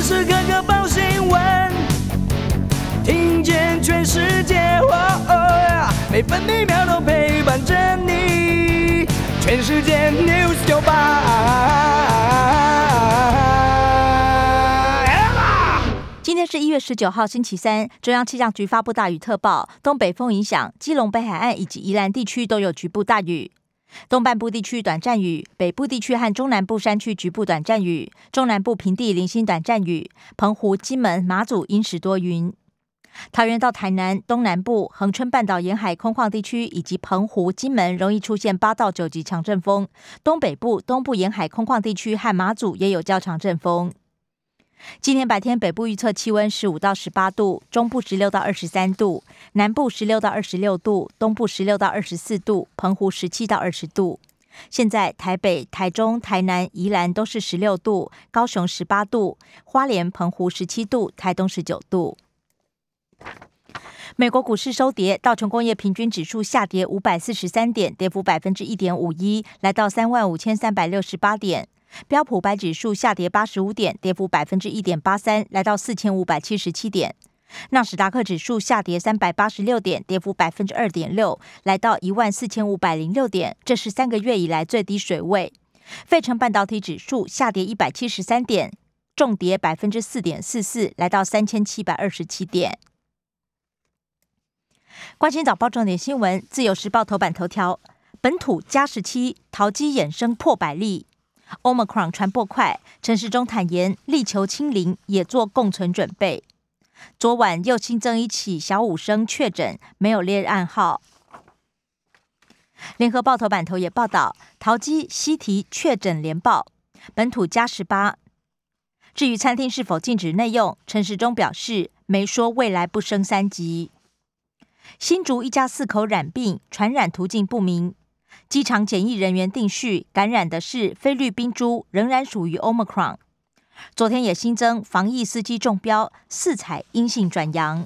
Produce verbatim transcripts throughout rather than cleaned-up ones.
时刻刻报新闻，听见全世界，哦哦，每分每秒都陪伴着你。全世界 News 九八。 今天是一月十九号，星期三。中央气象局发布大雨特报，东北风影响，基隆北海岸以及宜兰地区都有局部大雨。东半部地区短暂雨，北部地区和中南部山区局部短暂雨，中南部平地零星短暂雨，澎湖、金门、马祖阴时多云。桃园到台南、东南部、恒春半岛沿海空旷地区以及澎湖、金门容易出现八到九级强阵风，东北部、东部沿海空旷地区和马祖也有较强阵风。今天白天北部预测气温十五到十八度，中部十六到二十三度，南部十六到二十六度，东部十六到二十四度，澎湖十七到二十度。现在台北、台中、台南、宜兰都是十六度，高雄十八度，花莲、澎湖十七度，台东十九度。美国股市收跌，道琼工业平均指数下跌五百四十三点，跌幅百分之一点五一，来到三万五千三百六十八点。标普百指数下跌八十五点，跌幅百分之一点八三，来到四千五百七十七点。纳斯达克指数下跌三百八十六点，跌幅百分之二点六，来到一万四千五百零六点，这是三个月以来最低水位。费城半导体指数下跌一百七十三点，重跌百分之四点四四，来到三千七百二十七点。关心早报重点新闻，自由时报头版头条：本土加十七，桃机衍生破百例。Omicron 传播快，陈时中坦言力求清零，也做共存准备。昨晚又新增一起小五生确诊，没有列暗号。联合报头版头也报道，桃机西提确诊连报，本土加十八。至于餐厅是否禁止内用，陈时中表示没说未来不升三级。新竹一家四口染病，传染途径不明。机场检疫人员定序，感染的是菲律宾猪，仍然属于 Omicron。昨天也新增防疫司机中标，四采阴性转阳。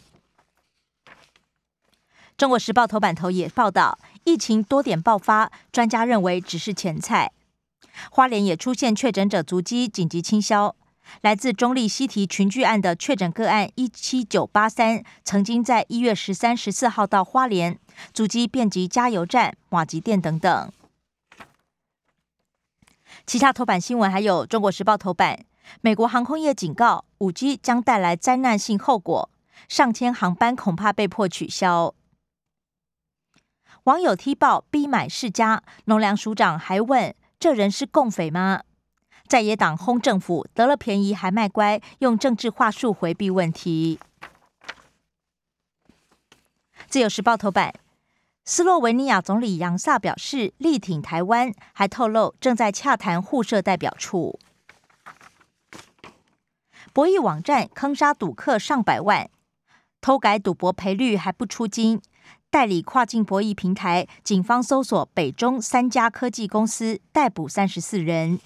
中国时报头版头也报道，疫情多点爆发，专家认为只是前菜。花莲也出现确诊者足迹，紧急清消。来自中立西提群聚案的确诊个案一七九八三，曾经在一月十三、十四号到花莲，足迹遍及加油站、马吉店等等。其他头版新闻还有中国时报头版，美国航空业警告 五 G 将带来灾难性后果，上千航班恐怕被迫取消。网友踢爆逼买世家，农粮署长还问这人是共匪吗？在野党轰政府得了便宜还卖乖，用政治话术回避问题。自由时报头版，斯洛维尼亚总理扬萨表示力挺台湾，还透露正在洽谈互设代表处。博弈网站坑杀赌客上百万，偷改赌博赔率还不出金。代理跨境博弈平台，警方搜索北中三家科技公司，逮捕三十四人。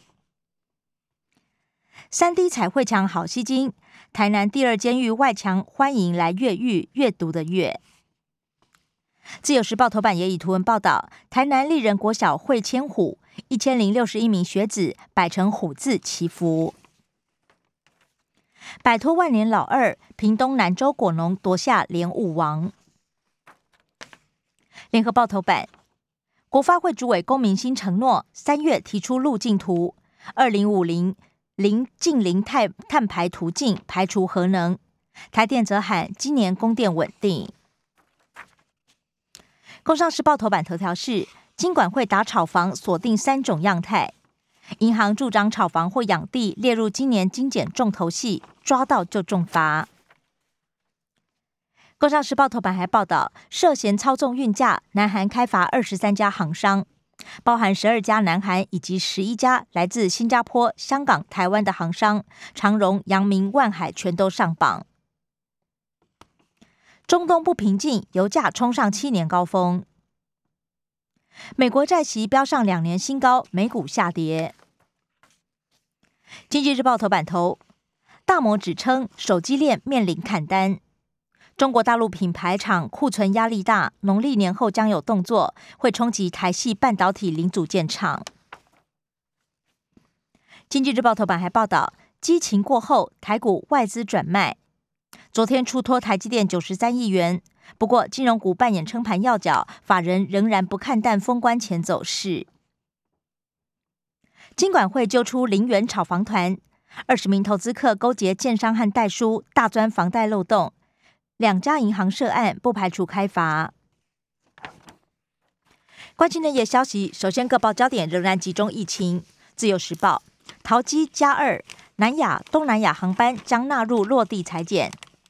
三 D 彩绘墙好吸睛，台南第二监狱外墙欢迎来越狱，阅读的阅。自由时报头版也以图文报道，台南丽人国小会牵虎，一千零六十一名学子摆成虎字祈福。摆脱万年老二，屏东南州果农夺下连五王。联合报头版，国发会主委龚明鑫承诺，三月提出路径图，二零五零零近零碳碳排途径，排除核能。台电则喊今年供电稳定。工商时报头版头条是金管会打炒房，锁定三种样态，银行助长炒房或养地列入今年精检重头戏，抓到就重罚。工商时报头版还报道，涉嫌操纵运价，南韩开罚二十三家航商，包含十二家南韩以及十一家来自新加坡、香港、台湾的航商，长荣、阳明、万海全都上榜。中东不平静，油价冲上七年高峰。美国债息飙上两年新高，美股下跌。经济日报头版头，大摩指称手机链面临砍单。中国大陆品牌厂库存压力大，农历年后将有动作，会冲击台系半导体零组件厂。经济日报头版还报道， 激情过后，台股外资转卖，昨天出脱台积电九十三亿元。不过，金融股扮演撑盘要角，法人仍然不看淡封关前走势。金管会揪出零元炒房团，二十名投资客勾结建商和代书，大钻房贷漏洞，两家银行涉案，不排除开罚。关心内页消息，首先各报焦点仍然集中疫情。自由时报，桃机加二，南亚、东南亚航班将纳入落地裁检。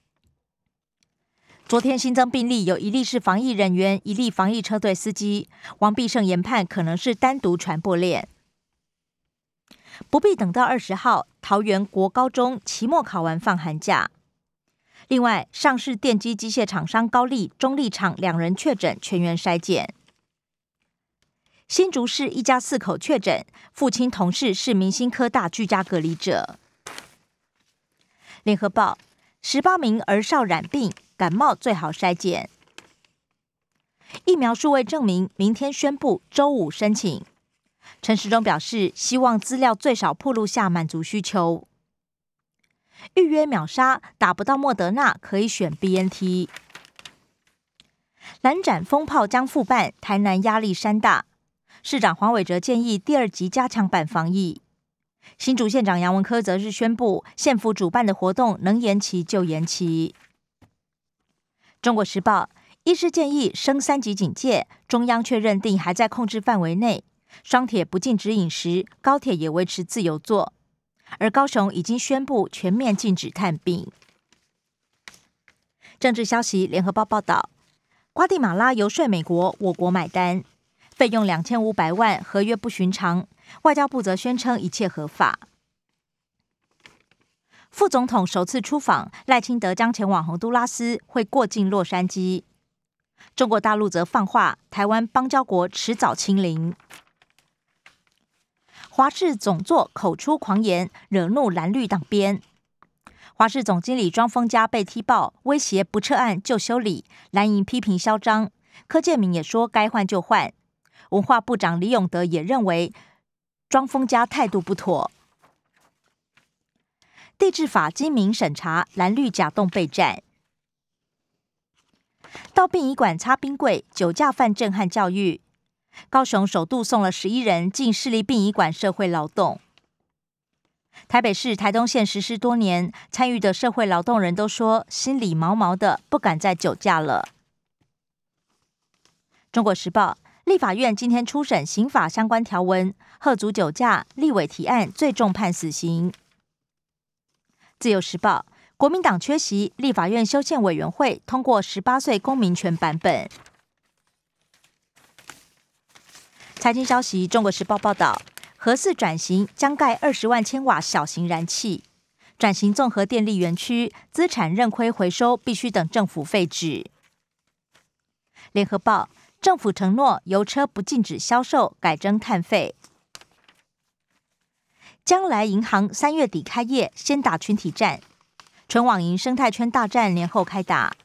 昨天新增病例有一例是防疫人员，一例防疫车队司机。王必胜研判可能是单独传播链，不必等到二十号，桃园国高中期末考完放寒假。另外，上市电机机械厂商高力、中力厂两人确诊，全员筛检。新竹市一家四口确诊，父亲同事是明星科大居家隔离者。联合报，十八名儿少染病，感冒最好筛检。疫苗数位证明明天宣布，周五申请。陈时中表示，希望资料最少暴露下满足需求。预约秒杀，打不到莫德纳可以选 B N T。蓝展风炮将复办，台南压力山大。市长黄伟哲建议第二级加强版防疫。新竹县长杨文科则是宣布，县府主办的活动能延期就延期。中国时报，医师建议升三级警戒，中央却认定还在控制范围内。双铁不禁止饮食，高铁也维持自由座。而高雄已经宣布全面禁止探病。政治消息，联合报报道，瓜地马拉游说美国，我国买单。费用两千五百万，合约不寻常。外交部则宣称一切合法。副总统首次出访，赖清德将前往洪都拉斯，会过境洛杉矶。中国大陆则放话，台湾邦交国迟早清零。华视总座口出狂言，惹怒蓝绿党鞭。华视总经理庄丰嘉被踢爆，威胁不撤案就修理，蓝营批评嚣张。柯建铭也说该换就换。文化部长李永德也认为庄丰嘉态度不妥。地质法精明审查，蓝绿假动备战。到殡仪馆擦冰柜，酒驾犯震撼教育。高雄首度送了十一人进市立殡仪馆社会劳动。台北市、台东县实施多年，参与的社会劳动人都说心里毛毛的，不敢再酒驾了。中国时报，立法院今天初审刑法相关条文，贺阻酒驾，立委提案最重判死刑。自由时报，国民党缺席，立法院修宪委员会通过十八岁公民权版本。财经消息，中国时报报道，核四转型将盖二十万千瓦小型燃气，转型综合电力园区，资产认亏回收必须等政府废止。联合报，政府承诺油车不禁止销售，改征碳费。将来银行三月底开业，先打群体战。纯网银生态圈大战年后开打。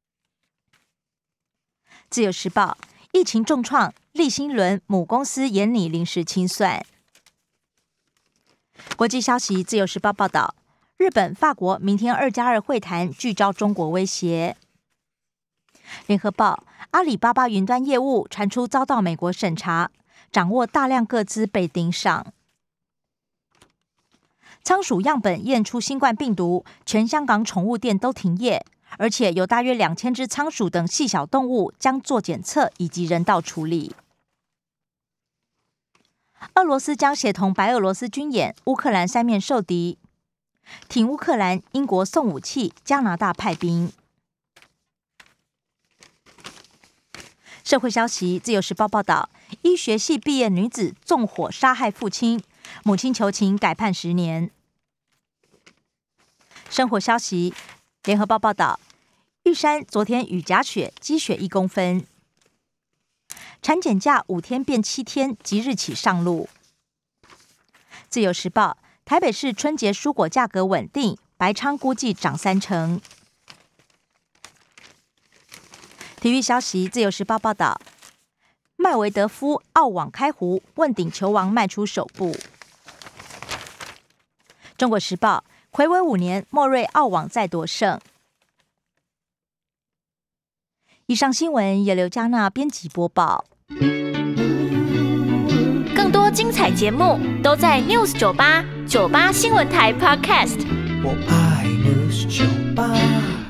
自由时报，疫情重创，立新轮母公司严拟临时清算。国际消息，自由时报报道，日本、法国明天二加二会谈聚焦中国威胁。联合报，阿里巴巴云端业务传出遭到美国审查，掌握大量个资被盯上。仓鼠样本验出新冠病毒，全香港宠物店都停业，而且有大约两千只仓鼠等细小动物将做检测以及人道处理。俄罗斯将协同白俄罗斯军演，乌克兰三面受敌，挺乌克兰，英国送武器，加拿大派兵。社会消息，自由时报报道，医学系毕业女子纵火杀害父亲，母亲求情改判十年。生活消息，联合报报道，玉山昨天雨夹雪，积雪一公分。产检假五天变七天，即日起上路。自由时报，台北市春节蔬果价格稳定，白鲳估计涨三成。体育消息，自由时报报道，麦维德夫澳网开壶，问鼎球王迈出首步。中国时报， 睽违五年，莫瑞澳网再夺胜。以上新闻由刘嘉娜编辑播报。 更多精彩节目都在 News 九八九八新闻台 Podcast。 我爱 News 九八。